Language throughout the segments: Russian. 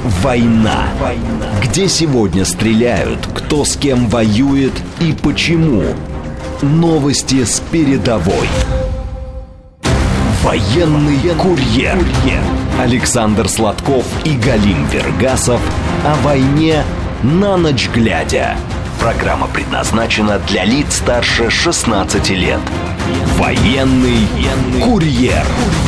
«Война». Где сегодня стреляют, кто с кем воюет и почему. Новости с передовой. Военный курьер. Александр Сладков и Галим Вергасов о войне на ночь глядя. Программа предназначена для лиц старше 16 лет. Военный курьер.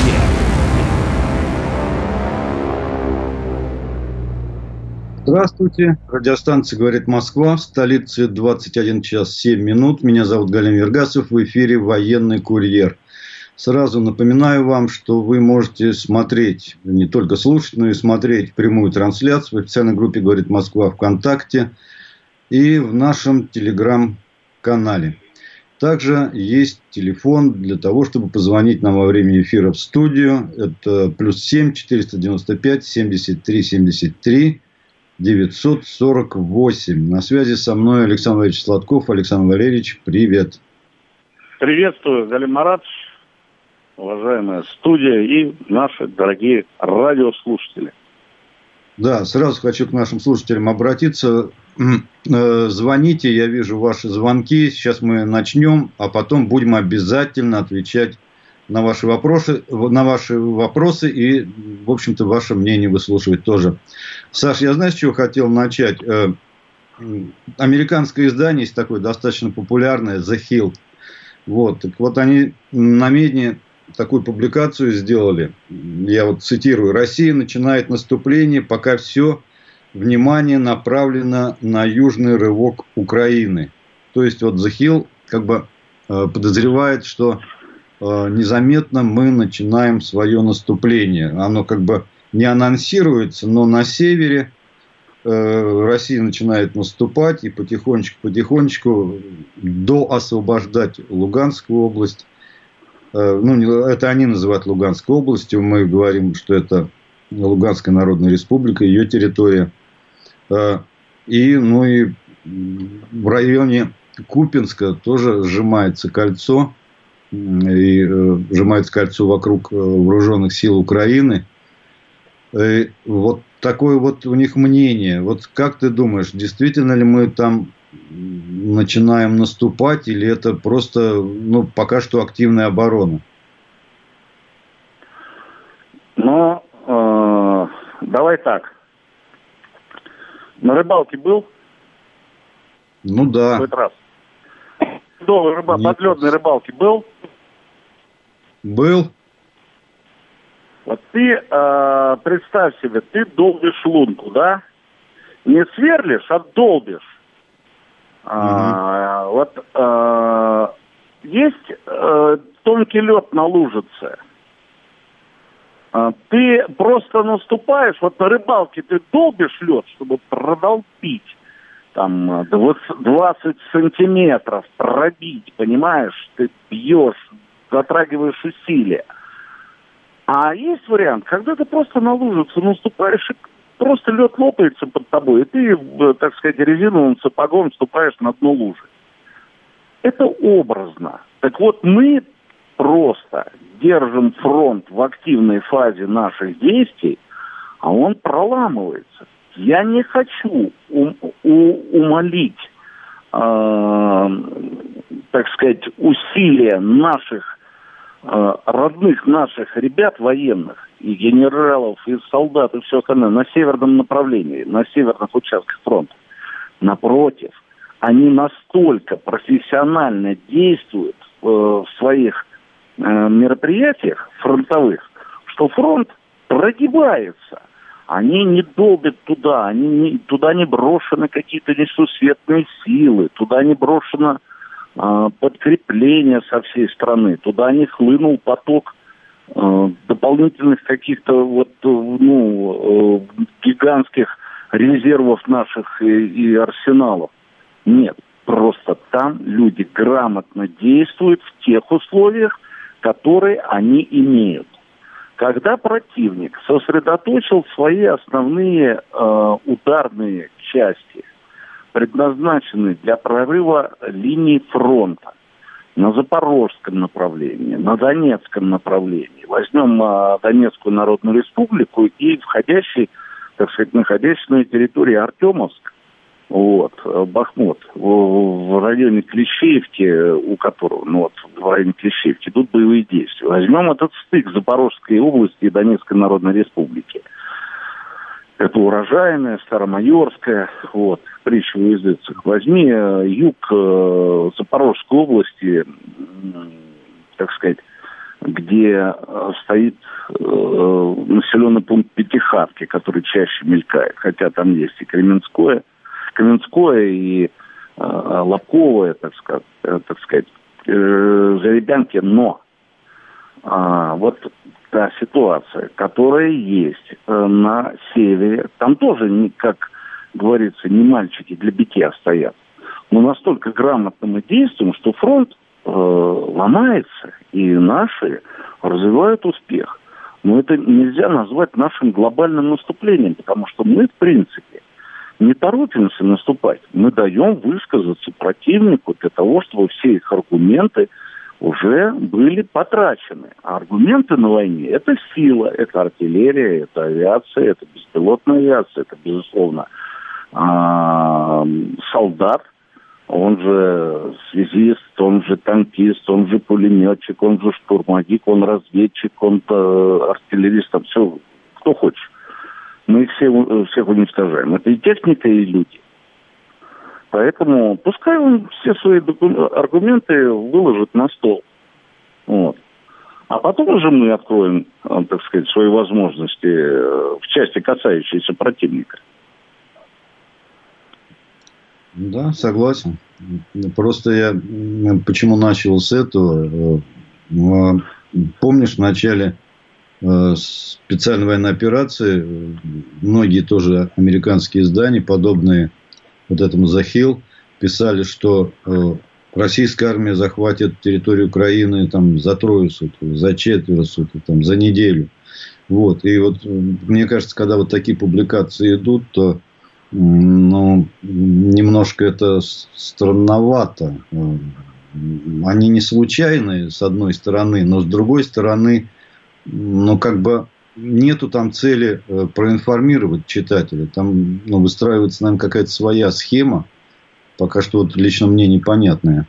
Здравствуйте. Радиостанция «Говорит Москва». В столице 21 час 7 минут. Меня зовут Галим Вергасов. В эфире «Военный курьер». Сразу напоминаю вам, что вы можете смотреть, не только слушать, но и смотреть прямую трансляцию в официальной группе «Говорит Москва» ВКонтакте и в нашем телеграм-канале. Также есть телефон для того, чтобы позвонить нам во время эфира в студию. Это +7 495 73 73 948. На связи со мной Александр Валерьевич Сладков. Александр Валерьевич, привет. Приветствую, Галим Маратович, уважаемая студия и наши дорогие радиослушатели. Да, сразу хочу к нашим слушателям обратиться. Звоните, я вижу ваши звонки. Сейчас мы начнем, а потом будем обязательно отвечать на ваши вопросы и, в общем-то, ваше мнение выслушивать тоже. Саш, я знаю, с чего хотел начать. Американское издание есть такое достаточно популярное, The Hill. Вот они на Медне такую публикацию сделали. Я вот цитирую. «Россия начинает наступление, пока все внимание направлено на южный рывок Украины». То есть, вот The Hill как бы подозревает, что незаметно мы начинаем свое наступление. Оно как бы не анонсируется, но на севере Россия начинает наступать и потихонечку доосвобождать Луганскую область. Это они называют Луганской областью. Мы говорим, что это Луганская Народная Республика, ее территория. И в районе Купянска тоже сжимается кольцо. И сжимается кольцо вокруг вооруженных сил Украины. И вот такое вот у них мнение. Вот как ты думаешь, действительно ли мы там начинаем наступать, или это просто, пока что активная оборона? Давай так. На рыбалке был? Да. В этот раз. Подледной рыбалке был? Был. Вот ты представь себе, ты долбишь лунку, да? Не сверлишь, а долбишь. Есть тонкий лед на лужице. Ты просто наступаешь, вот на рыбалке ты долбишь лед, чтобы продолбить. Там 20 сантиметров пробить, понимаешь? Ты бьешь, затрагиваешь усилия. А есть вариант, когда ты просто на лужицу наступаешь, и просто лед лопается под тобой, и ты, так сказать, резиновым сапогом ступаешь на дно лужи. Это образно. Так вот, мы просто держим фронт в активной фазе наших действий, а он проламывается. Я не хочу умалить, так сказать, усилия наших родных наших ребят военных, и генералов, и солдат, и все остальное на северном направлении, на северных участках фронта. Напротив, они настолько профессионально действуют в своих мероприятиях фронтовых, что фронт прогибается. Они не долбят туда, туда не брошены какие-то несусветные силы, туда не брошено подкрепление со всей страны, туда не хлынул поток дополнительных каких-то гигантских резервов наших и арсеналов. Нет, просто там люди грамотно действуют в тех условиях, которые они имеют. Когда противник сосредоточил свои основные ударные части, предназначенные для прорыва линий фронта на Запорожском направлении, на Донецком направлении, возьмем Донецкую Народную Республику и входящий так сказать, находясь на территории Артемовск, вот, Бахмут, в районе Клещеевки, у которого, ну вот, в районе Клещеевки, идут боевые действия. Возьмем этот стык Запорожской области и Донецкой Народной Республики. Это Урожайная, Старомайорская, вот, притча во языцах. Возьми юг Запорожской области, так сказать, где стоит населенный пункт Пятихатки, который чаще мелькает, хотя там есть и Каменское и Лобковое, так сказать, Заребянки, но вот та ситуация, которая есть на севере, там тоже, как говорится, не мальчики для битья стоят, но настолько грамотно мы действуем, что фронт ломается, и наши развивают успех. Но это нельзя назвать нашим глобальным наступлением, потому что мы, в принципе, не торопимся наступать. Мы даем высказаться противнику для того, чтобы все их аргументы уже были потрачены. А аргументы на войне – это сила, это артиллерия, это авиация, это беспилотная авиация, это, безусловно, солдат, он же связист, он же танкист, он же пулеметчик, он же штурмовик, он разведчик, он артиллерист, там все, кто хочет. Мы их всех уничтожаем. Это и техника, и люди. Поэтому пускай он все свои аргументы выложит на стол. Вот. А потом уже мы откроем, так сказать, свои возможности в части, касающейся противника. Да, согласен. Просто я почему начал с этого. Помнишь, в начале специальной военной операции многие тоже американские издания, подобные вот этому «Захил», писали, что российская армия захватит территорию Украины там, за 3 суток, за 4 суток, там, за неделю. Вот. И вот мне кажется, когда вот такие публикации идут, то немножко это странновато. Они не случайные, с одной стороны, но с другой стороны, как бы нету там цели проинформировать читателя. Там выстраивается, наверное, какая-то своя схема, пока что вот лично мне непонятная.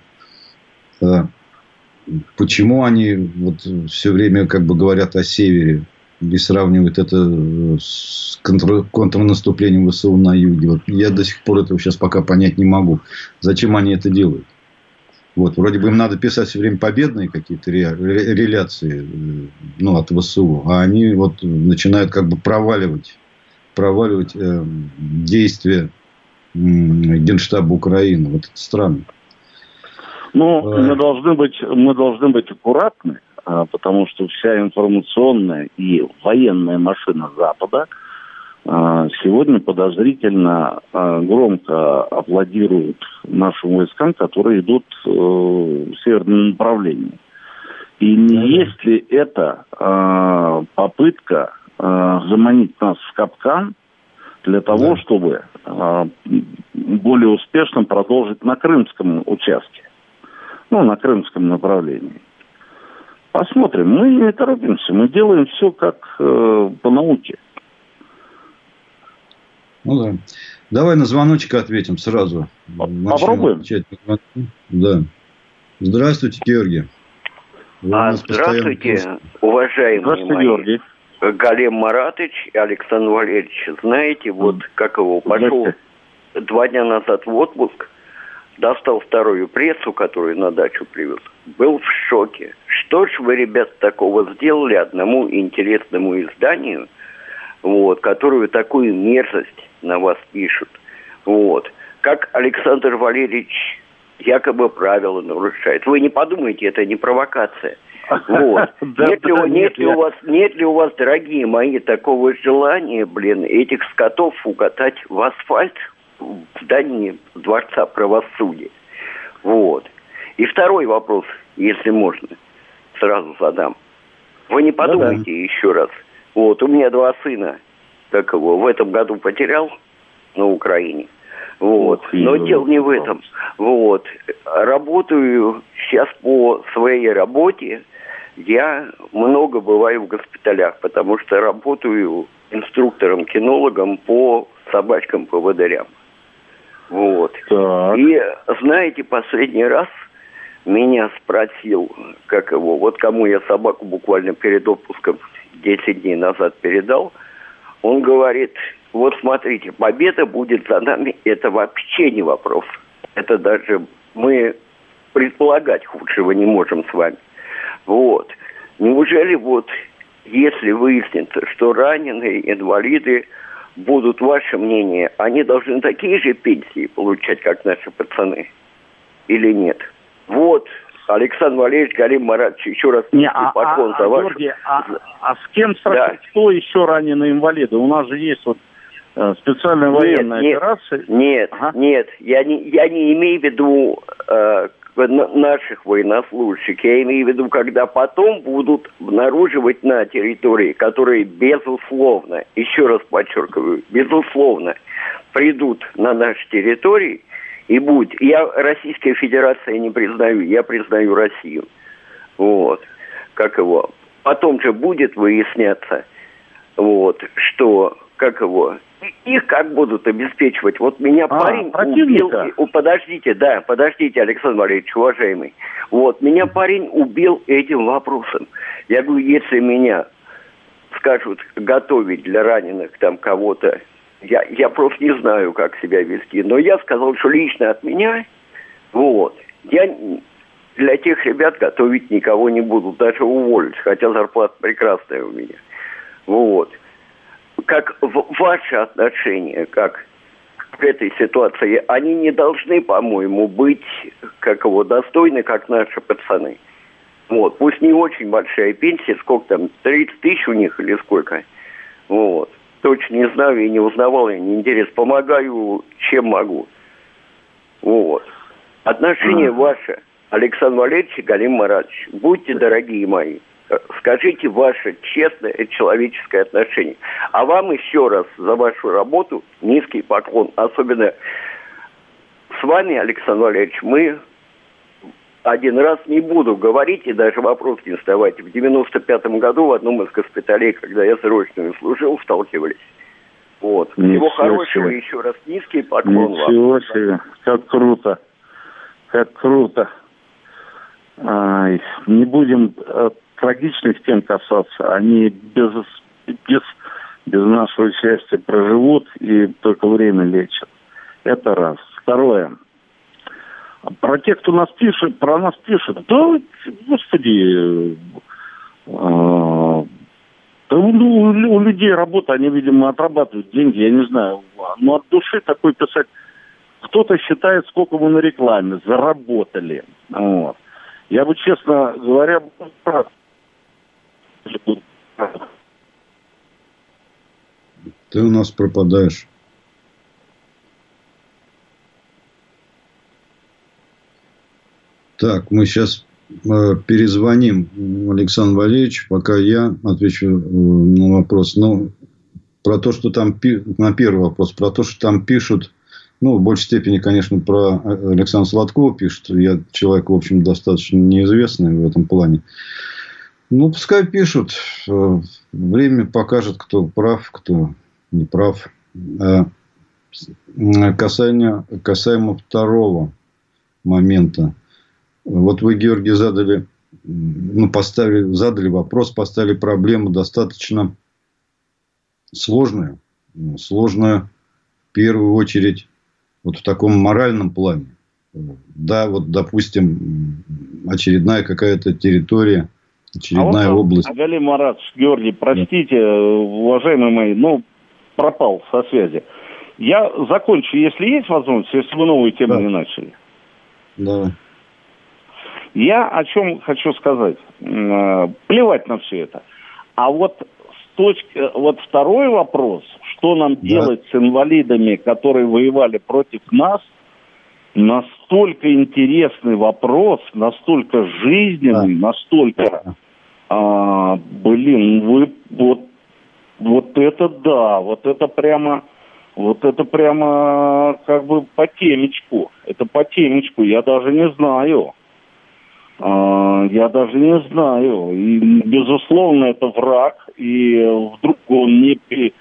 Почему они вот все время как бы говорят о севере и сравнивают это с контрнаступлением ВСУ на юге. Вот я до сих пор этого сейчас пока понять не могу. Зачем они это делают? Вот, вроде бы им надо писать все время победные какие-то реляции от ВСУ, а они вот начинают как бы проваливать действия Генштаба Украины. Вот это странно. Мы должны быть аккуратны, потому что вся информационная и военная машина Запада сегодня подозрительно громко аплодирует нашим войскам, которые идут в северном направлении. И не есть ли это попытка заманить нас в капкан для того, чтобы более успешно продолжить на Крымском участке, на Крымском направлении? Посмотрим. Мы не торопимся. Мы делаем все как по науке. Да. Давай на звоночек ответим сразу. Попробуем. Да. Здравствуйте, Георгий. Здравствуйте, уважаемые мои. Георгий. Галем Маратович и Александр Валерьевич. Знаете, как его пошел 2 дня назад в отпуск, достал 2-ю прессу, которую на дачу привез. Был в шоке. Что ж вы, ребят, такого сделали одному интересному изданию, которую такую мерзость на вас пишут. Как Александр Валерьевич якобы правила нарушает. Вы не подумайте, это не провокация. Нет ли у вас, дорогие мои, такого желания, этих скотов укатать в асфальт в здании Дворца правосудия? И второй вопрос, если можно, сразу задам. Вы не подумайте еще раз. У меня 2 сына, в этом году потерял на Украине. Но дело не в этом. Работаю сейчас по своей работе. Я много бываю в госпиталях, потому что работаю инструктором-кинологом по собачкам-поводырям. Вот. Так. И, знаете, последний раз меня спросил, кому я собаку буквально перед отпуском 10 дней назад передал, он говорит, вот смотрите, победа будет за нами, это вообще не вопрос. Это даже мы предполагать худшего не можем с вами. Вот. Неужели если выяснится, что раненые, инвалиды будут, ваше мнение, они должны такие же пенсии получать, как наши пацаны? Или нет? Вот, Александр Валерьевич, Галим Маратович, еще раз поклон за вашу... Георгий, с кем сравнить? Да. Кто еще раненые инвалиды? У нас же есть специальная военная операция. Нет, я не имею в виду наших военнослужащих. Я имею в виду, когда потом будут обнаруживать на территории, которые, безусловно, еще раз подчеркиваю, безусловно, придут на наши территории и будут. Я Российская Федерация не признаю, я признаю Россию. Вот. Потом же будет выясняться, что, их как будут обеспечивать? Вот меня парень противника. убил... Подождите, Александр Валерьевич, уважаемый. Меня парень убил этим вопросом. Я говорю, если меня скажут готовить для раненых там кого-то, я просто не знаю, как себя вести. Но я сказал, что лично от меня, я для тех ребят готовить никого не буду, даже уволить, хотя зарплата прекрасная у меня. Как ваши отношения, как к этой ситуации, они не должны, по-моему, быть достойны, как наши пацаны. Пусть не очень большая пенсия, сколько там, 30 тысяч у них или сколько. Точно не знаю и не узнавал, и не интересно. Помогаю, чем могу. Отношения ваши, Александр Валерьевич и Галим Маратович, будьте дорогие мои. Скажите ваше честное человеческое отношение. А вам еще раз за вашу работу низкий поклон. Особенно с вами, Александр Валерьевич, мы один раз не буду говорить и даже вопрос не задавать. В 95-м году в одном из госпиталей, когда я срочную служил, сталкивались. Всего хорошего, еще раз низкий поклон вам. Ничего себе, как круто. Как круто. Не будем... трагичных тем касаться, они без нашего участия проживут и только время лечат. Это раз. Второе. Про тех, кто про нас пишет, господи, у людей работа, они, видимо, отрабатывают деньги, я не знаю. Но от души такой писать, кто-то считает, сколько мы на рекламе заработали. Я бы, честно говоря, ты у нас пропадаешь. Так, мы сейчас перезвоним Александру Валерьевичу, пока я отвечу на вопрос. Про то, что там... На первый вопрос. Про то, что там пишут... в большей степени, конечно, про Александра Сладкова пишут. Я человек, в общем, достаточно неизвестный в этом плане. Пускай пишут. Время покажет, кто прав, кто не прав. Касаемо второго момента. Вы, Георгий, задали вопрос, поставили проблему достаточно сложную. Сложную в первую очередь в таком моральном плане. Да, допустим, очередная какая-то территория, очередная область. Галим Маратович, Георгий, простите, уважаемые мои, пропал со связи. Я закончу, если есть возможность, если вы новую тему не начали. Да. Я о чем хочу сказать. Плевать на все это. А второй вопрос, что нам делать с инвалидами, которые воевали против нас, настолько интересный вопрос, настолько жизненный, настолько... это прямо как бы по темечку. Это по темечку, я даже не знаю. И, безусловно, это враг, и вдруг он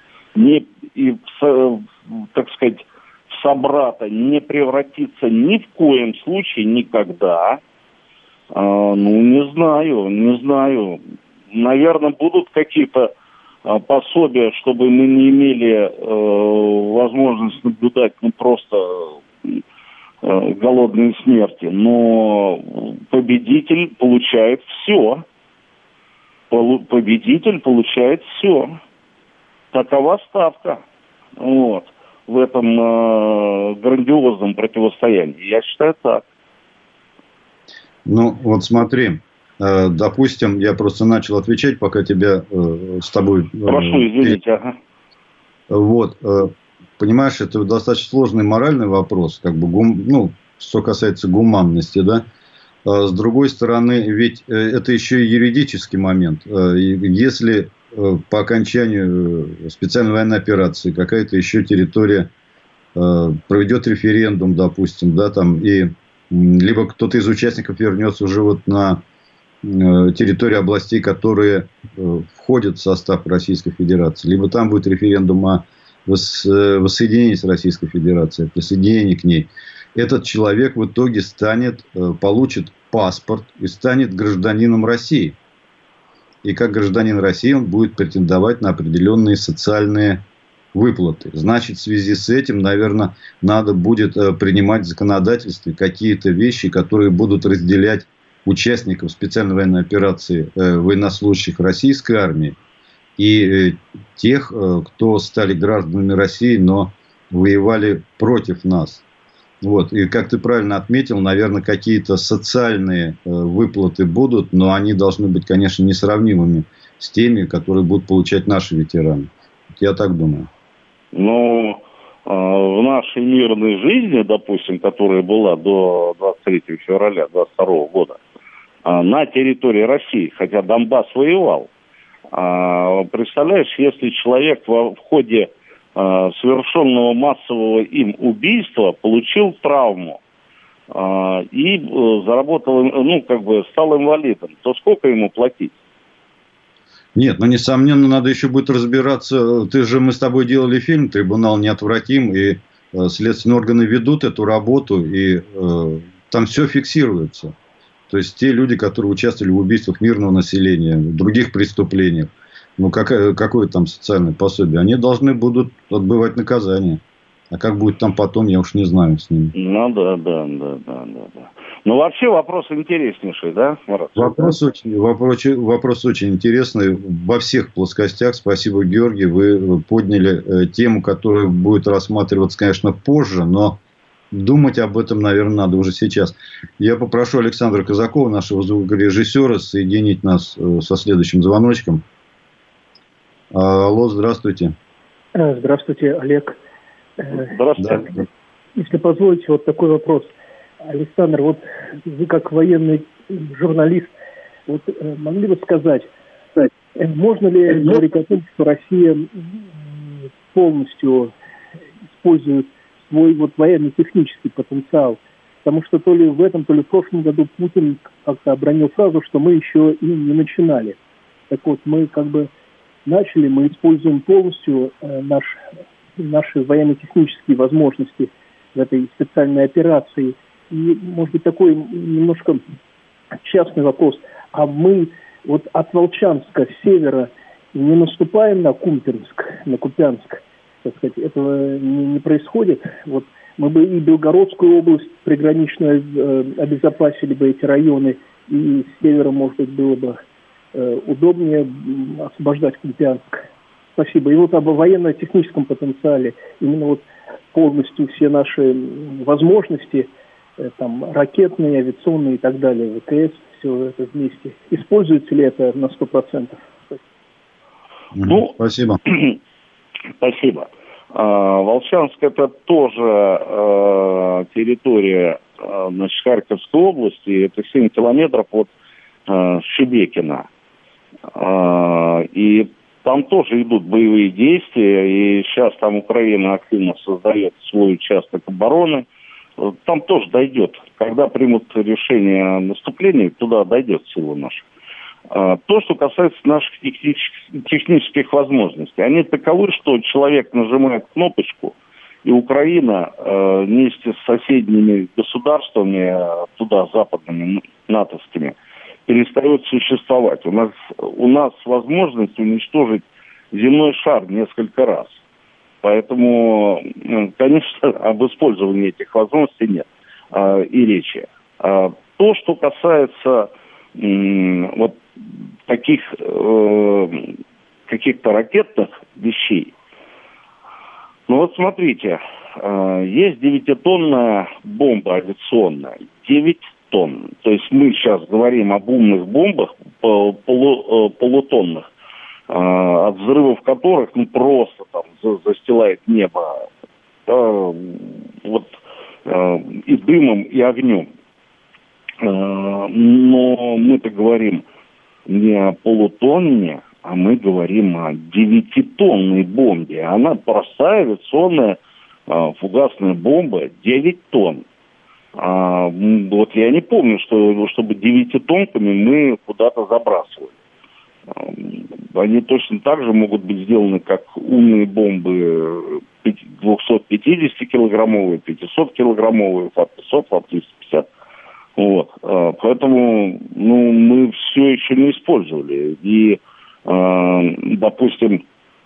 так сказать, в собрата не превратится ни в коем случае никогда. Не знаю. Наверное, будут какие-то пособия, чтобы мы не имели возможность наблюдать просто голодные смерти. Но победитель получает все. Победитель получает все. Такова ставка. В этом грандиозном противостоянии. Я считаю так. Вот смотри. Допустим, я просто начал отвечать, пока тебя с тобой... Прошу, извините, ага. Понимаешь, это достаточно сложный моральный вопрос, что касается гуманности, да. С другой стороны, ведь это еще и юридический момент. Если по окончанию специальной военной операции какая-то еще территория проведет референдум, допустим, да, там, и либо кто-то из участников вернется уже на территории областей, которые входят в состав Российской Федерации, либо там будет референдум о воссоединении с Российской Федерацией, присоединении к ней. Этот человек в итоге получит паспорт и станет гражданином России. И как гражданин России он будет претендовать на определенные социальные выплаты. Значит, в связи с этим, наверное, надо будет принимать в законодательстве какие-то вещи, которые будут разделять участников специальной военной операции военнослужащих российской армии и тех, кто стали гражданами России, но воевали против нас. И как ты правильно отметил, наверное, какие-то социальные выплаты будут, но они должны быть, конечно, несравнимыми с теми, которые будут получать наши ветераны. Я так думаю. В нашей мирной жизни, допустим, которая была до 23 февраля 22 года, на территории России, хотя Донбасс воевал. Представляешь, если человек в ходе совершенного массового им убийства получил травму и заработал, стал инвалидом, то сколько ему платить? Нет, несомненно, надо еще будет разбираться. Мы с тобой делали фильм «Трибунал неотвратим», и следственные органы ведут эту работу, и там все фиксируется. То есть, те люди, которые участвовали в убийствах мирного населения, в других преступлениях, какое там социальное пособие, они должны будут отбывать наказание. А как будет там потом, я уж не знаю с ними. Да. Вообще вопрос интереснейший, да, Марат? Вопрос очень интересный во всех плоскостях. Спасибо, Георгий. Вы подняли тему, которая будет рассматриваться, конечно, позже, но думать об этом, наверное, надо уже сейчас. Я попрошу Александра Казакова, нашего звукорежиссера, соединить нас со следующим звоночком. Алло, здравствуйте. Здравствуйте, Олег. Здравствуйте. Да. Если позволите, такой вопрос. Александр, вы как военный журналист, могли бы сказать, можно ли говорить о том, что Россия полностью использует свой военно-технический потенциал? Потому что то ли в этом, то ли в прошлом году Путин как-то обронил фразу, что мы еще и не начинали. Так мы начали, мы используем полностью наши военно-технические возможности в этой специальной операции. И, может быть, такой немножко частный вопрос. А мы от Волчанска с севера не наступаем на Купянск, так сказать, этого не происходит? Мы бы и Белгородскую область приграничную обезопасили бы, эти районы, и с севера, может быть, было бы удобнее освобождать Купянск. Спасибо. И об военно-техническом потенциале, именно полностью все наши возможности, ракетные, авиационные и так далее, ВКС, все это вместе. Используется ли это на 100%? Спасибо. Спасибо. Волчанск — это тоже территория Харьковской области, это 7 километров от Шебекина. И там тоже идут боевые действия, и сейчас там Украина активно создает свой участок обороны. Там тоже дойдет. Когда примут решение о наступлении, туда дойдет сила наша. То, что касается наших технических возможностей. Они таковы, что человек нажимает кнопочку, и Украина вместе с соседними государствами, туда, западными, натовскими, перестает существовать. У нас возможность уничтожить земной шар несколько раз. Поэтому, конечно, об использовании этих возможностей нет и речи. То, что касается вот таких каких-то ракетных вещей, ну вот смотрите, есть 9-тонная бомба авиационная, 9 тонн. То есть мы сейчас говорим об умных бомбах полутонных, от взрывов которых просто там застилает небо и дымом, и огнем. Но мы-то говорим не о полутонне, а мы говорим о 9-тонной бомбе. Она простая авиационная фугасная бомба 9 тонн. Вот я не помню, чтобы 9-тонками мы куда-то забрасывали. Они точно так же могут быть сделаны, как умные бомбы 250-килограммовые, 500-килограммовые, ФАП-500, ФАП-350. Вот. Поэтому мы все еще не использовали. И, допустим,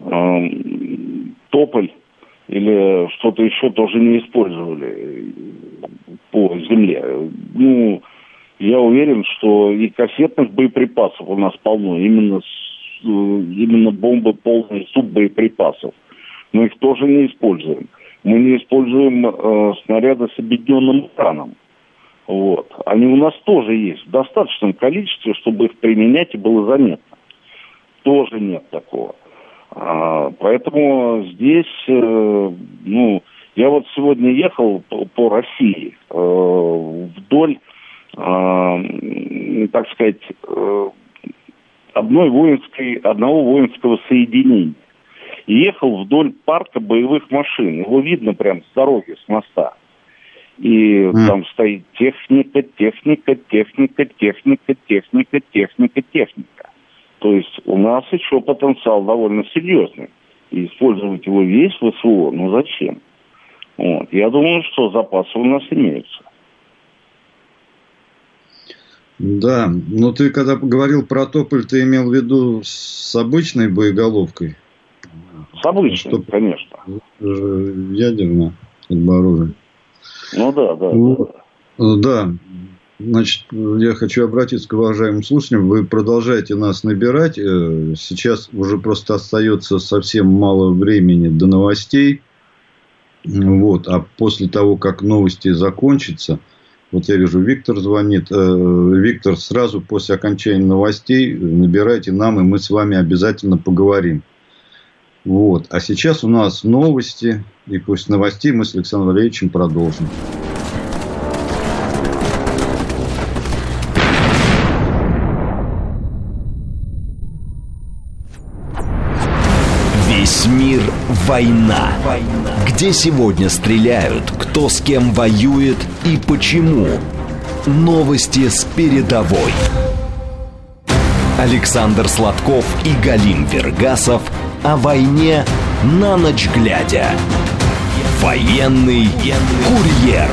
Тополь или что-то еще тоже не использовали по земле. Я уверен, что и кассетных боеприпасов у нас полно. Именно бомбы полные суббоеприпасов. Мы их тоже не используем. Мы не используем снаряды с объединенным экраном. Вот. Они у нас тоже есть в достаточном количестве, чтобы их применять и было заметно. Тоже нет такого. Поэтому здесь, я вот сегодня ехал по России вдоль, так сказать, одного воинского соединения. И ехал вдоль парка боевых машин. Его видно прямо с дороги, с моста. И там стоит техника. То есть у нас еще потенциал довольно серьезный. И использовать его весь в СВО, зачем? Вот. Я думаю, что запасы у нас имеются. Да, но ты когда говорил про Тополь, ты имел в виду с обычной боеголовкой? С обычной, конечно. Ядерное оружие. Да. Значит, я хочу обратиться к уважаемым слушателям. Вы продолжаете нас набирать. Сейчас уже просто остается совсем мало времени до новостей. Вот. А после того, как новости закончатся, вот я вижу, Виктор звонит. Виктор, сразу после окончания новостей набирайте нам, и мы с вами обязательно поговорим. Вот. А сейчас у нас новости. И после новостей мы с Александром Валерьевичем продолжим. Весь мир – война. Где сегодня стреляют, кто с кем воюет и почему. Новости с передовой. Александр Сладков и Галим Вергасов о войне на ночь глядя. Военный курьер.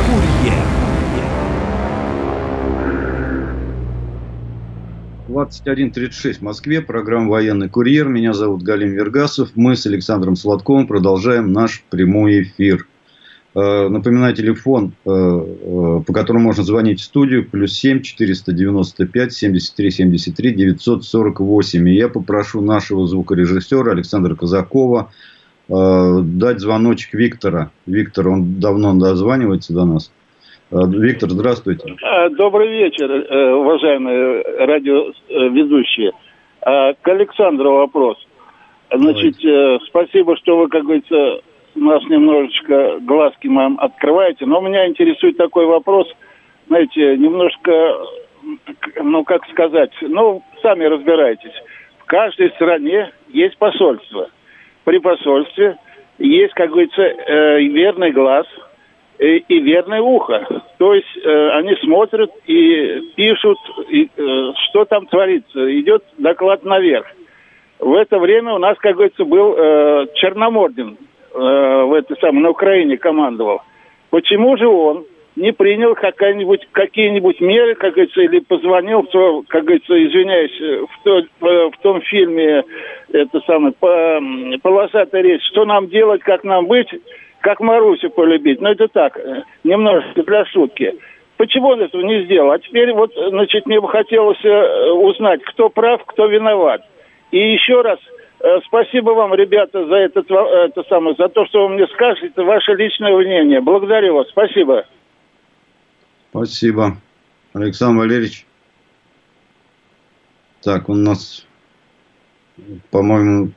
21:36 в Москве. Программа «Военный курьер». Меня зовут Галим Вергасов. Мы с Александром Сладковым продолжаем наш прямой эфир. Напоминаю, телефон, по которому можно звонить в студию, +7 495 73 73 948. И я попрошу нашего звукорежиссера Александра Казакова дать звоночек Виктора. Виктор, он давно дозванивается до нас. Виктор, здравствуйте. Добрый вечер, уважаемые радиоведущие. К Александру вопрос. Значит, спасибо, что вы, как говорится, нас немножечко глазки нам открываете. Но меня интересует такой вопрос. Знаете, немножко, как сказать, сами разбирайтесь. В каждой стране есть посольство. При посольстве есть, как говорится, верный глаз и верное ухо. То есть они смотрят и пишут, что там творится. Идет доклад наверх. В это время у нас, как говорится, был Черномордин на Украине командовал. Почему же он не принял какие-нибудь меры, как говорится, или позвонил, как говорится, извиняюсь, в том фильме, «Полосатая речь», что нам делать, как нам быть, как Марусю полюбить. Ну, это так, немножко для шутки. Почему он этого не сделал? А теперь мне бы хотелось узнать, кто прав, кто виноват. И еще раз спасибо вам, ребята, за за то, что вы мне скажете, ваше личное мнение. Благодарю вас. Спасибо. Спасибо. Александр Валерьевич. Так, у нас, по-моему,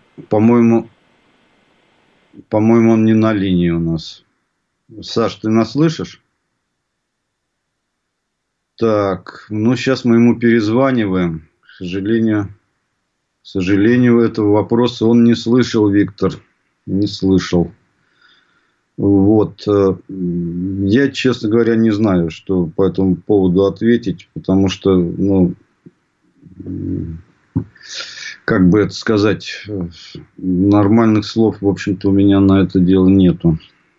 он не на линии у нас. Саш, ты нас слышишь? Так, сейчас мы ему перезваниваем. К сожалению, этого вопроса он не слышал, Виктор. Не слышал. Я, честно говоря, не знаю, что по этому поводу ответить, потому что, как бы это сказать, нормальных слов, в общем-то, у меня на это дело нету.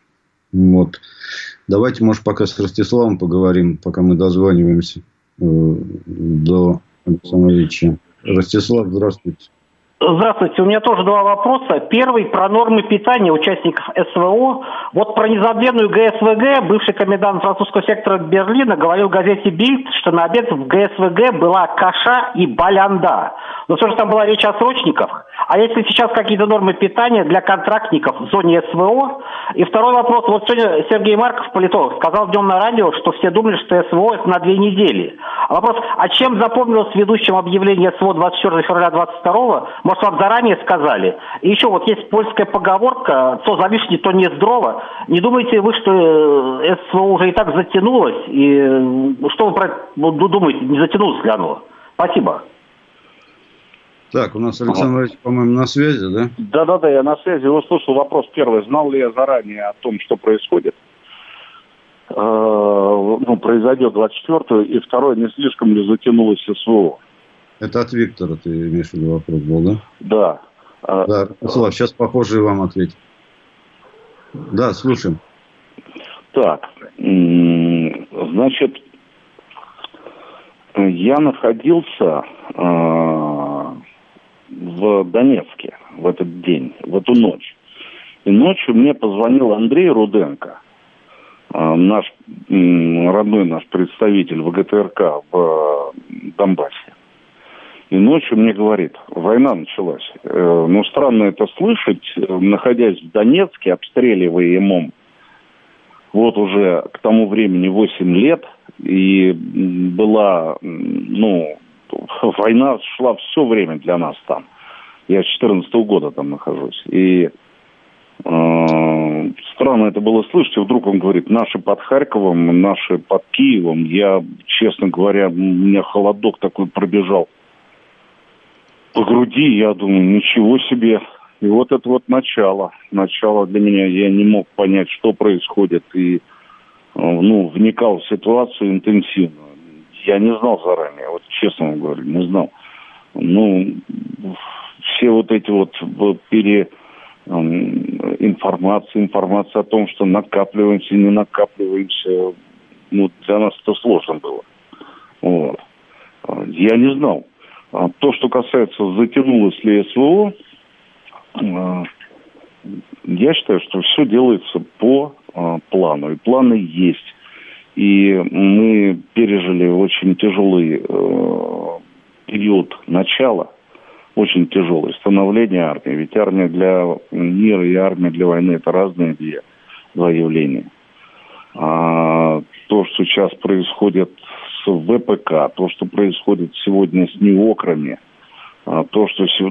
Давайте, может, пока с Ростиславом поговорим, пока мы дозваниваемся до Александра Ильича. Ростислав, здравствуйте. Здравствуйте. У меня тоже два вопроса. Первый про нормы питания участников СВО. Про незабвенную ГСВГ бывший комендант французского сектора Берлина говорил в газете «Бильд», что на обед в ГСВГ была каша и балянда. Но все же там была речь о срочниках. А если сейчас какие-то нормы питания для контрактников в зоне СВО? И второй вопрос. Сегодня Сергей Марков, политолог, сказал днем на радио, что все думали, что СВО это на 2 недели. Вопрос, а чем запомнилось ведущим объявление СВО 24 февраля 22-го? Может, вам заранее сказали? И еще есть польская поговорка: «Со завишни, то не здорово». Не думаете вы, что СВО уже и так затянулось? И что вы про это думаете, не затянулось ли оно? Спасибо. Так, у нас Александр Валерьевич, по-моему, на связи, да? Да, я на связи. Услышал вопрос первый. Знал ли я заранее о том, что происходит? Произойдет 24-го. И второй, не слишком ли затянулось СВО? Это от Виктора ты имеешь в виду вопрос был, да? Да. Да, Слав, сейчас попозже вам ответить. Да, слушаем. Так, значит, я находился в Донецке в этот день, в эту ночь. И ночью мне позвонил Андрей Руденко, наш родной наш представитель ВГТРК в Донбассе. И ночью мне говорит: война началась. Странно это слышать, находясь в Донецке, обстреливаемом уже к тому времени 8 лет. И была, война шла все время для нас там. Я с 14-го года там нахожусь. И странно это было слышать. И вдруг он говорит: наши под Харьковом, наши под Киевом. Я, честно говоря, у меня холодок такой пробежал по груди. Я думаю, ничего себе. И это начало. Начало для меня. Я не мог понять, что происходит. И вникал в ситуацию интенсивно. Я не знал заранее. Честно вам говорю, не знал. Все эти информация о том, что накапливаемся, не накапливаемся, для нас это сложно было. Я не знал. То, что касается, затянулось ли СВО, я считаю, что все делается по плану. И планы есть. И мы пережили очень тяжелый период начала, очень тяжелый, становление армии. Ведь армия для мира и армия для войны – это разные два явления. То, что сейчас происходит с ВПК, то, что происходит сегодня с НИОКРами, то, что с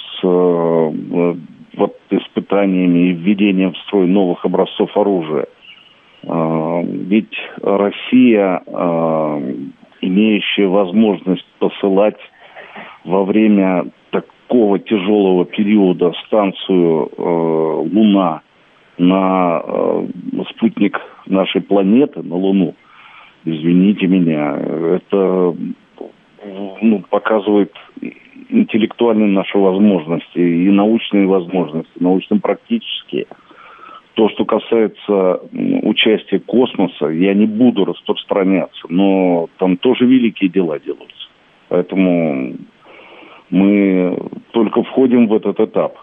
испытаниями и введением в строй новых образцов оружия. Ведь Россия, имеющая возможность посылать во время такого тяжелого периода станцию «Луна» на спутник нашей планеты, на Луну, извините меня, это показывает интеллектуальные наши возможности и научные возможности, научно-практические. То, что касается участия космоса, я не буду распространяться, но там тоже великие дела делаются. Поэтому мы только входим в этот этап,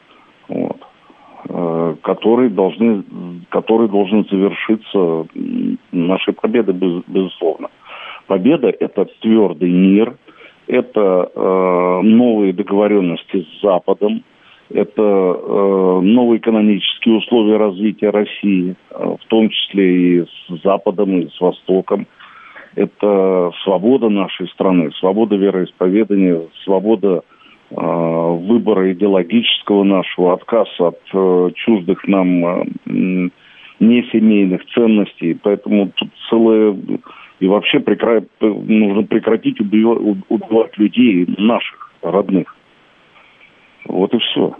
который должен завершиться нашей победой, безусловно. Победа – это твердый мир, это новые договоренности с Западом, это новые экономические условия развития России, в том числе и с Западом, и с Востоком. Это свобода нашей страны, свобода вероисповедания, свобода выбора идеологического нашего, отказ от чуждых нам несемейных ценностей. Поэтому тут целое... И вообще нужно прекратить убивать людей наших, родных. Вот и все.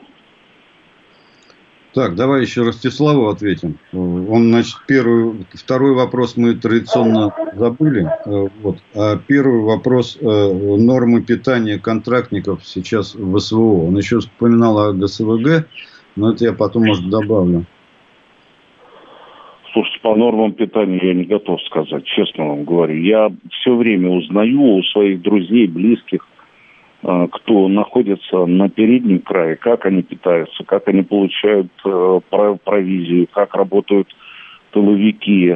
Так, давай еще Ростиславу ответим. Он, значит, второй вопрос мы традиционно забыли. А первый вопрос нормы питания контрактников сейчас в СВО. Он еще вспоминал о ГСВГ, но это я потом, может, добавлю. Слушайте, по нормам питания я не готов сказать, честно вам говорю. Я все время узнаю у своих друзей, близких, кто находится на переднем крае, как они питаются, как они получают провизию, как работают тыловики.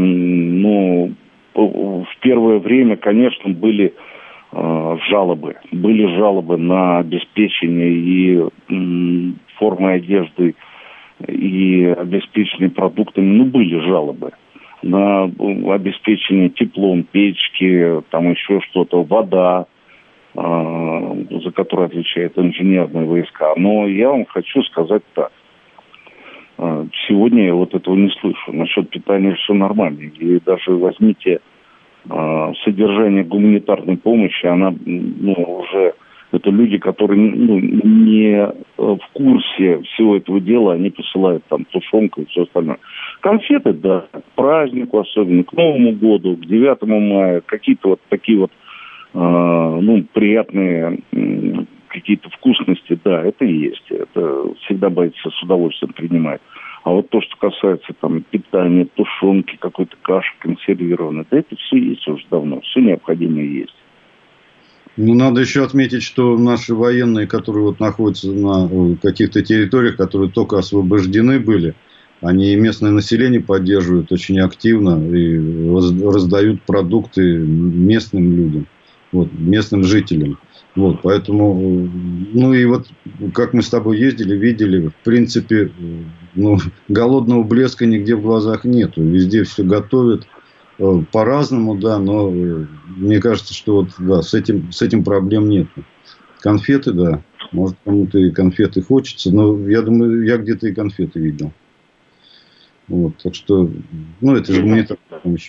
В первое время, конечно, были жалобы. Были жалобы на обеспечение и формой одежды, и обеспечение продуктами. Были жалобы на обеспечение теплом, печки, там еще что-то, вода, за которую отвечают инженерные войска. Но я вам хочу сказать так. Сегодня я вот этого не слышу. Насчет питания все нормально. И даже возьмите содержание гуманитарной помощи, она уже... Это люди, которые не в курсе всего этого дела, они посылают там тушенку и все остальное. Конфеты, да, к празднику особенно, к Новому году, к 9 мая, какие-то вот такие вот приятные какие-то вкусности, да, это и есть. Это всегда бойцы с удовольствием принимают. А вот то, что касается там питания, тушенки, какой-то каши консервированной, да это все есть уже давно, все необходимое есть. Надо еще отметить, что наши военные, которые вот находятся на каких-то территориях, которые только освобождены были, они и местное население поддерживают очень активно и раздают продукты местным людям, местным жителям. Поэтому, и вот как мы с тобой ездили, видели, в принципе, голодного блеска нигде в глазах нету. Везде все готовят. По-разному, да, но мне кажется, что с этим проблем нет. Конфеты, да, может, кому-то и конфеты хочется, но я думаю, я где-то и конфеты видел. Так что, это же гуманитарная помощь.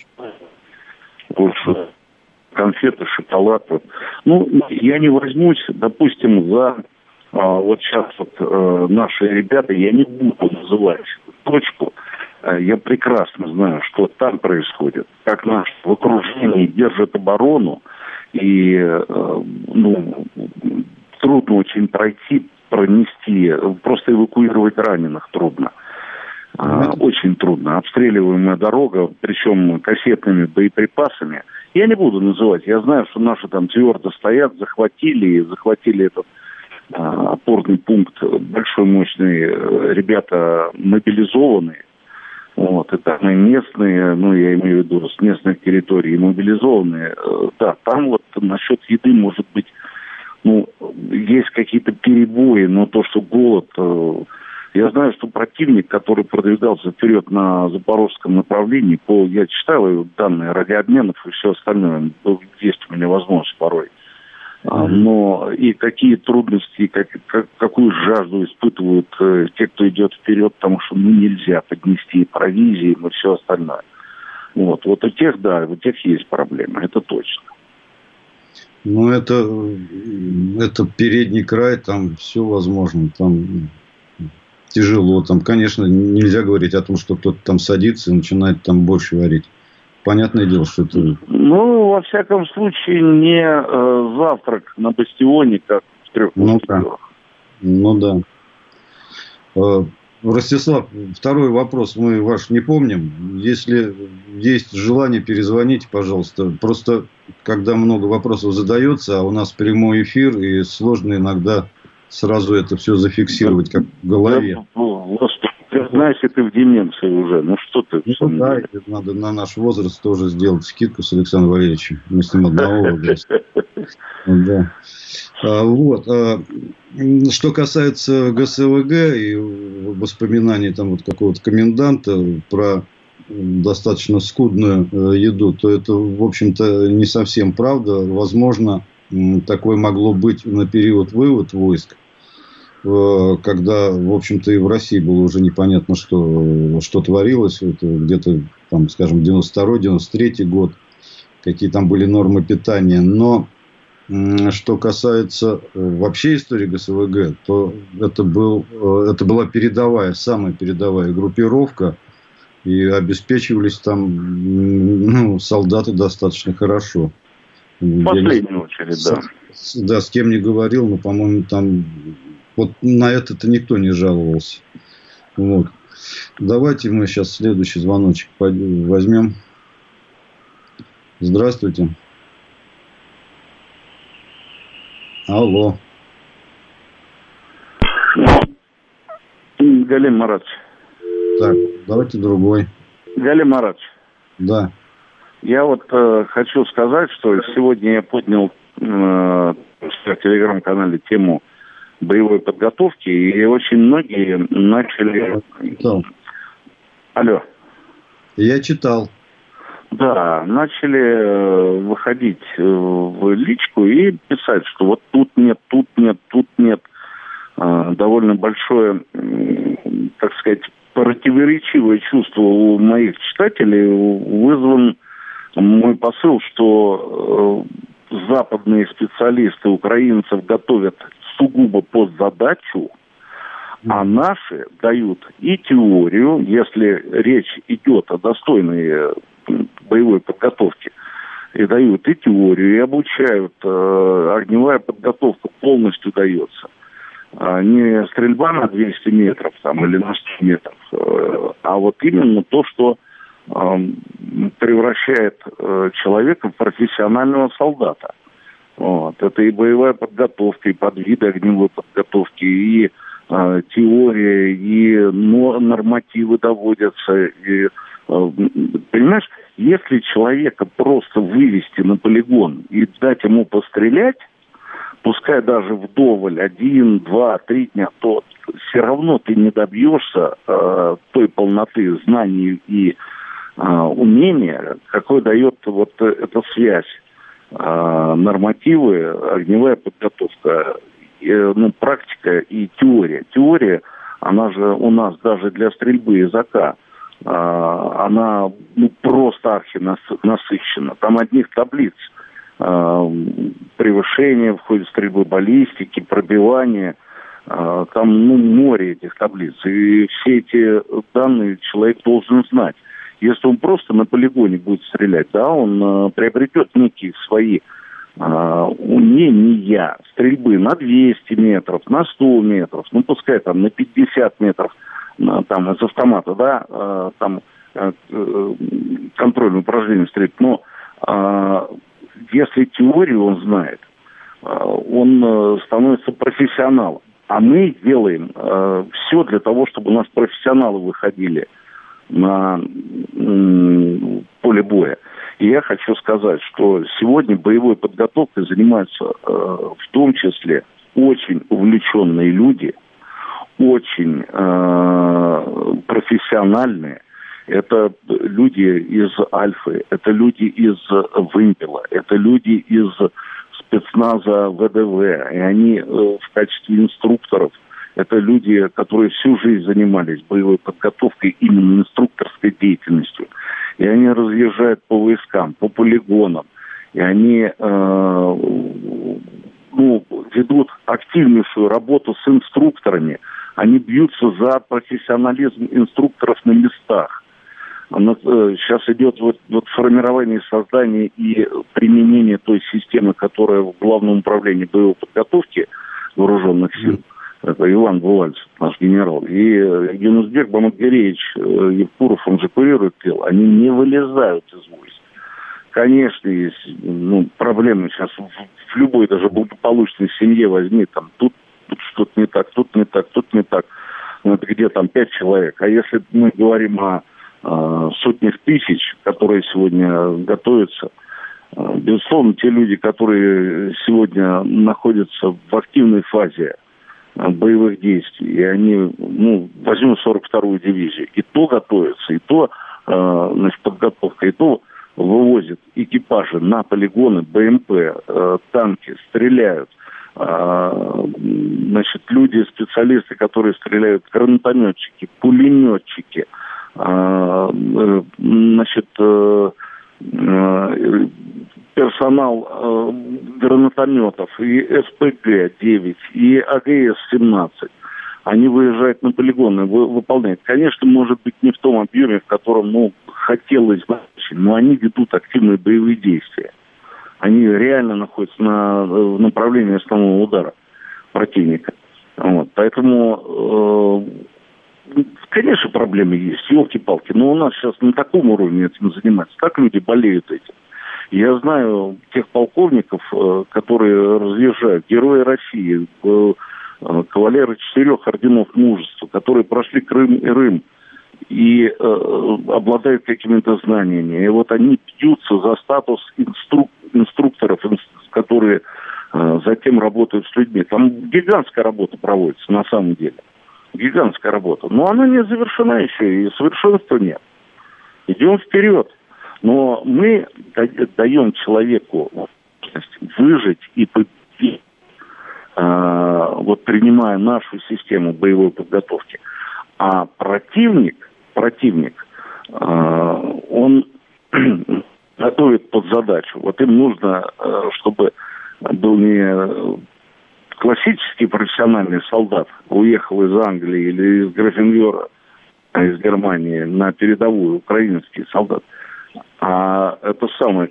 Конфеты, шоколад. Я не возьмусь, допустим, за сейчас наши ребята, я не буду называть точку. Я прекрасно знаю, что там происходит, как наши в окружении держат оборону, и трудно очень пронести, просто эвакуировать раненых трудно. Очень трудно. Обстреливаемая дорога, причем кассетными боеприпасами. Я не буду называть, я знаю, что наши там твердо стоят, захватили этот опорный пункт, большой, мощный, ребята мобилизованные. И там и местные, я имею в виду с местных территорий, мобилизованные. Да, там насчет еды, может быть, есть какие-то перебои, но то, что голод... Я знаю, что противник, который продвигался вперед на запорожском направлении, я читал данные радиообменов и все остальное, есть у меня возможность порой. Но и какие трудности, какую жажду испытывают те, кто идет вперед, потому что нельзя поднести провизии и все остальное. У тех, да, у тех есть проблемы, это точно. Это передний край, там все возможно. Там тяжело. Там, конечно, нельзя говорить о том, что кто-то там садится и начинает там борщ варить. Понятное дело, что это... Ну, во всяком случае, не завтрак на бастионе, как в 3 мушкетерах. Ну да. Ростислав, второй вопрос мы ваш не помним. Если есть желание, перезвоните, пожалуйста. Просто, когда много вопросов задается, а у нас прямой эфир, и сложно иногда сразу это все зафиксировать, как в голове. Знаешь, ты в деменции уже. Ну, что ты? Да, надо на наш возраст тоже сделать скидку с Александром Валерьевичем. Мы с ним одного возраста. Да. Вот. Что касается ГСВГ и воспоминаний там вот какого-то коменданта про достаточно скудную еду, то это, в общем-то, не совсем правда. Возможно, такое могло быть на период вывода войск, когда, в общем-то, и в России было уже непонятно, что творилось. Это где-то, там, скажем, 92-93 год, какие там были нормы питания. Но что касается вообще истории ГСВГ, то это была самая передовая группировка, и обеспечивались там солдаты достаточно хорошо. В последнюю очередь, да. Да, с кем не говорил, но, по-моему, там вот на это-то никто не жаловался. Вот. Давайте мы сейчас следующий звоночек возьмем. Здравствуйте. Алло. Галим Маратович. Так, давайте другой. Галим Маратович. Да. Я вот хочу сказать, что сегодня я поднял в телеграм-канале тему боевой подготовки, и очень многие начали... Алло. Я читал. Да, начали выходить в личку и писать, что вот тут нет, тут нет, тут нет. Довольно большое, так сказать, противоречивое чувство у моих читателей вызван мой посыл, что западные специалисты украинцев готовят сугубо под задачу, а наши дают и теорию, если речь идет о достойной боевой подготовке, и дают и теорию, и обучают. Огневая подготовка полностью дается. Не стрельба на 200 метров там, или на 100 метров, а вот именно то, что превращает человека в профессионального солдата. Вот. Это и боевая подготовка, и подвиды огневой подготовки, и теория, и нормативы доводятся. И, понимаешь, если человека просто вывести на полигон и дать ему пострелять, пускай даже вдоволь 1, 2, 3 дня, то все равно ты не добьешься той полноты знаний и умения, какой дает вот эта связь. Нормативы, огневая подготовка, практика и теория. Теория, она же у нас даже для стрельбы из АК, она просто архинасыщена. Там одних таблиц. Превышение в ходе стрельбы, баллистики, пробивание. Там море этих таблиц. И все эти данные человек должен знать. Если он просто на полигоне будет стрелять, да, он приобретет некие свои умения стрельбы на 200 метров, на 100 метров, пускай там на 50 метров, там из автомата, да, там контрольное упражнение стрелять. Но если теорию он знает, он становится профессионалом. А мы делаем все для того, чтобы у нас профессионалы выходили на поле боя. И я хочу сказать, что сегодня боевой подготовкой занимаются в том числе очень увлеченные люди, очень профессиональные. Это люди из Альфы, это люди из Вымпела, это люди из спецназа ВДВ. И они в качестве инструкторов, это люди, которые всю жизнь занимались боевой подготовкой, именно инструкторской деятельностью. И они разъезжают по войскам, по полигонам. И они ведут активнейшую работу с инструкторами, Они бьются за профессионализм инструкторов на местах. Сейчас идет вот формирование, создание и применение той системы, которая в Главном управлении боевой подготовки вооруженных сил. Это Иван Булальцев, наш генерал. И Юнусбек Бамадгареевич Евкуров, он же курирует дело. Они не вылезают из войск. Конечно, есть проблемы сейчас в любой даже благополучной семье возьми, там, тут что-то не так, тут не так, тут не так. Это где там 5 человек. А если мы говорим о сотнях тысяч, которые сегодня готовятся, безусловно, те люди, которые сегодня находятся в активной фазе боевых действий, и они, возьмем 42-ю дивизию, и то готовятся, и то, подготовка, и то вывозят экипажи на полигоны, БМП, танки, стреляют. Люди, специалисты, которые стреляют, гранатометчики, пулеметчики, персонал гранатометов, и СПГ-9, и АГС-17. Они выезжают на полигоны, выполняют. Конечно, может быть, не в том объеме, в котором, хотелось бы, но они ведут активные боевые действия. Они реально находятся в направлении основного удара противника. Поэтому, конечно, проблемы есть, елки-палки, но у нас сейчас на таком уровне этим занимаются. Так люди болеют этим. Я знаю тех полковников, которые разъезжают, герои России, кавалеры 4 орденов мужества, которые прошли Крым и Рым и обладают какими-то знаниями. И вот они бьются за статус инструкторов, которые затем работают с людьми. Там гигантская работа проводится на самом деле. Гигантская работа. Но она не завершена еще, и совершенства нет. Идем вперед. Но мы даем человеку возможность выжить и победить, принимая нашу систему боевой подготовки. А противник, он готовит под задачу. Вот им нужно, чтобы был не классический профессиональный солдат, уехал из Англии или из Гриффиндора, из Германии на передовую, украинский солдат. А это самое,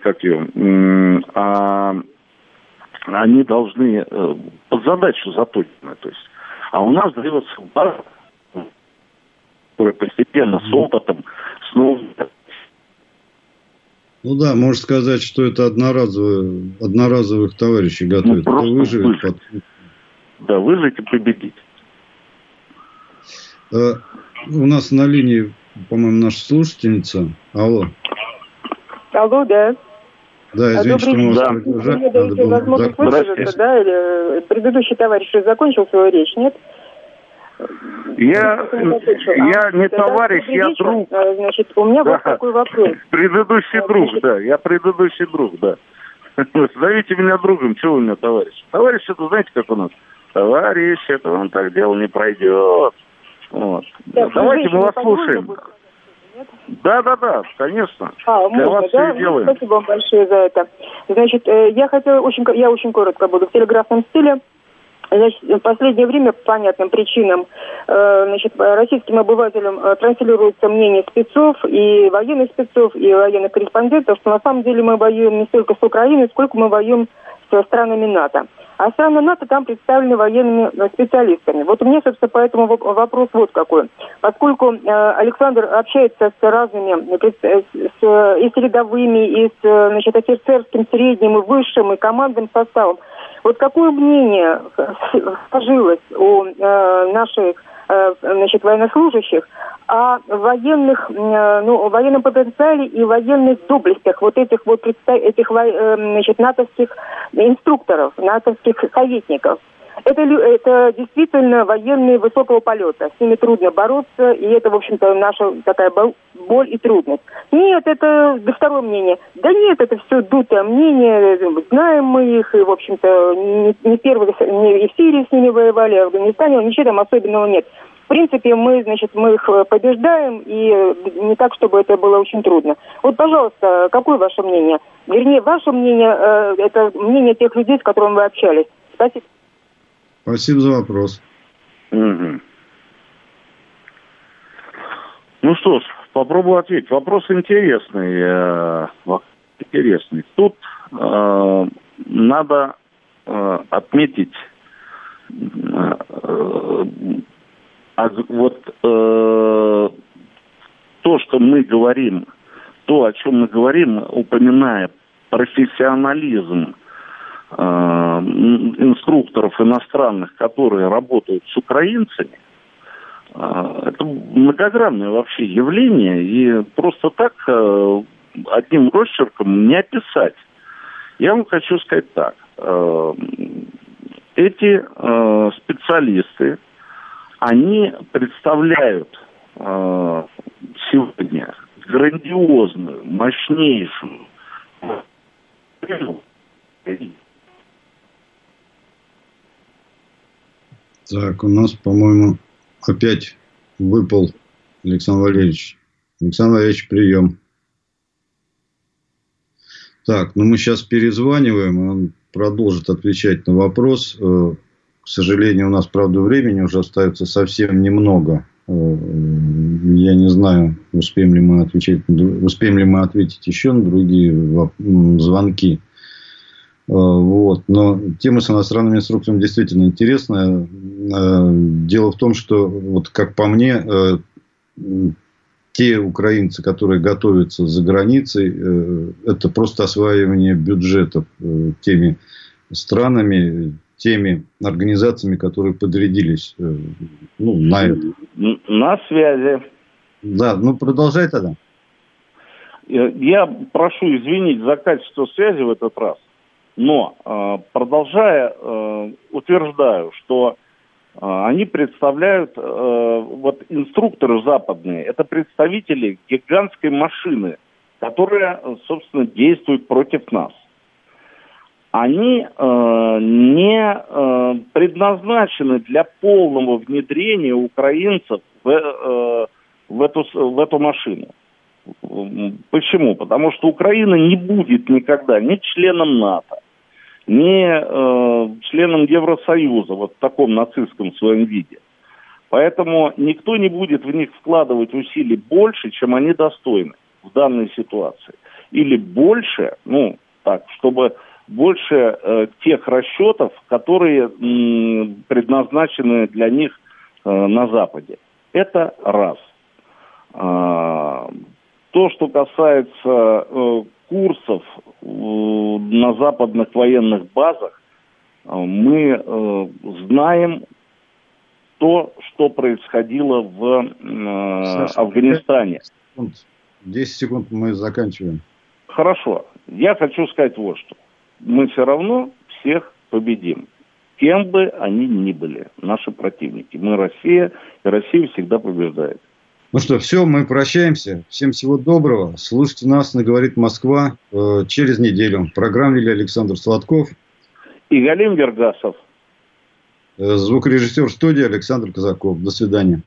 они должны под задачу заточены. То есть, а у нас дается база, которая постепенно с опытом снова... можно сказать, что это одноразовых товарищей готовят. Кто выживет. Выжить и победить. У нас на линии, по-моему, наша слушательница. Алло, да. Да, извините, что мы вас продолжаем. Мне даете возможность высказаться, да? Или предыдущий товарищ уже закончил свою речь, нет? Я не товарищ, я друг. Значит, у меня вот такой вопрос. Предыдущий друг, да. Я предыдущий друг, да. Зовите меня другом, чего вы меня товарищ? Товарищ, это знаете, как у нас? Товарищ, это он так дело не пройдет. Давайте мы вас слушаем. Да, конечно. Для вас все и делаем. Спасибо вам большое за это. Значит, я очень коротко буду в телеграфном стиле. Значит, в последнее время по понятным причинам российским обывателям транслируется мнение спецов, и военных спецов, и военных корреспондентов, что на самом деле мы воюем не столько с Украиной, сколько мы воюем со странами НАТО. А страны НАТО там представлены военными специалистами. Вот у меня, собственно, по этому вопрос вот какой. Поскольку Александр общается с разными, и с рядовыми, и с офицерским, средним, и высшим, и командным составом, вот какое мнение сложилось у наших военнослужащих о военном потенциале и военных доблестях вот этих натовских инструкторов, натовских советников. Это действительно военные высокого полета. С ними трудно бороться, и это, в общем-то, наша такая боль и трудность. Нет, это второе мнение. Да нет, это все дутое мнение. Знаем мы их, и, в общем-то, не первые, не и в Сирии с ними воевали, а в Афганистане, ничего там особенного нет. В принципе, мы их побеждаем, и не так, чтобы это было очень трудно. Вот, пожалуйста, какое ваше мнение? Вернее, ваше мнение, это мнение тех людей, с которыми вы общались. Спасибо. Спасибо за вопрос. Ну что ж, попробую ответить. Вопрос интересный. Тут надо отметить то, что мы говорим, то, о чем мы говорим, упоминая профессионализм инструкторов иностранных, которые работают с украинцами, это многогранное вообще явление, и просто так одним росчерком не описать. Я вам хочу сказать так. Эти специалисты, они представляют сегодня грандиозную, мощнейшую. Так, у нас, по-моему, опять выпал Александр Валерьевич. Александр Валерьевич, прием. Так, ну мы сейчас перезваниваем, он продолжит отвечать на вопрос. К сожалению, у нас, правда, времени уже остается совсем немного. Я не знаю, успеем ли мы ответить еще на другие звонки. Вот. Но тема с иностранными инструкторами действительно интересная. Дело в том, что, вот как по мне, те украинцы, которые готовятся за границей, это просто осваивание бюджетов теми странами, теми организациями, которые подрядились на это. На связи. Да, продолжай тогда. Я прошу извинить за качество связи в этот раз, но, продолжая, утверждаю, что они представляют, инструкторы западные, это представители гигантской машины, которая, собственно, действует против нас. Они не предназначены для полного внедрения украинцев в эту машину. Почему? Потому что Украина не будет никогда ни членом НАТО, ни членом Евросоюза, в таком нацистском своем виде. Поэтому никто не будет в них вкладывать усилий больше, чем они достойны в данной ситуации. Или больше, чтобы больше тех расчетов, которые предназначены для них на Западе. Это раз. То, что касается курсов на западных военных базах, мы знаем то, что происходило в Афганистане. 10 секунд мы заканчиваем. Хорошо. Я хочу сказать вот что. Мы все равно всех победим. Кем бы они ни были, наши противники. Мы Россия, и Россия всегда побеждает. Ну что, все, мы прощаемся. Всем всего доброго. Слушайте нас на «Говорит Москва» через неделю. Программу вели Александр Сладков и Галим Вергасов. Звукорежиссер студии Александр Казаков. До свидания.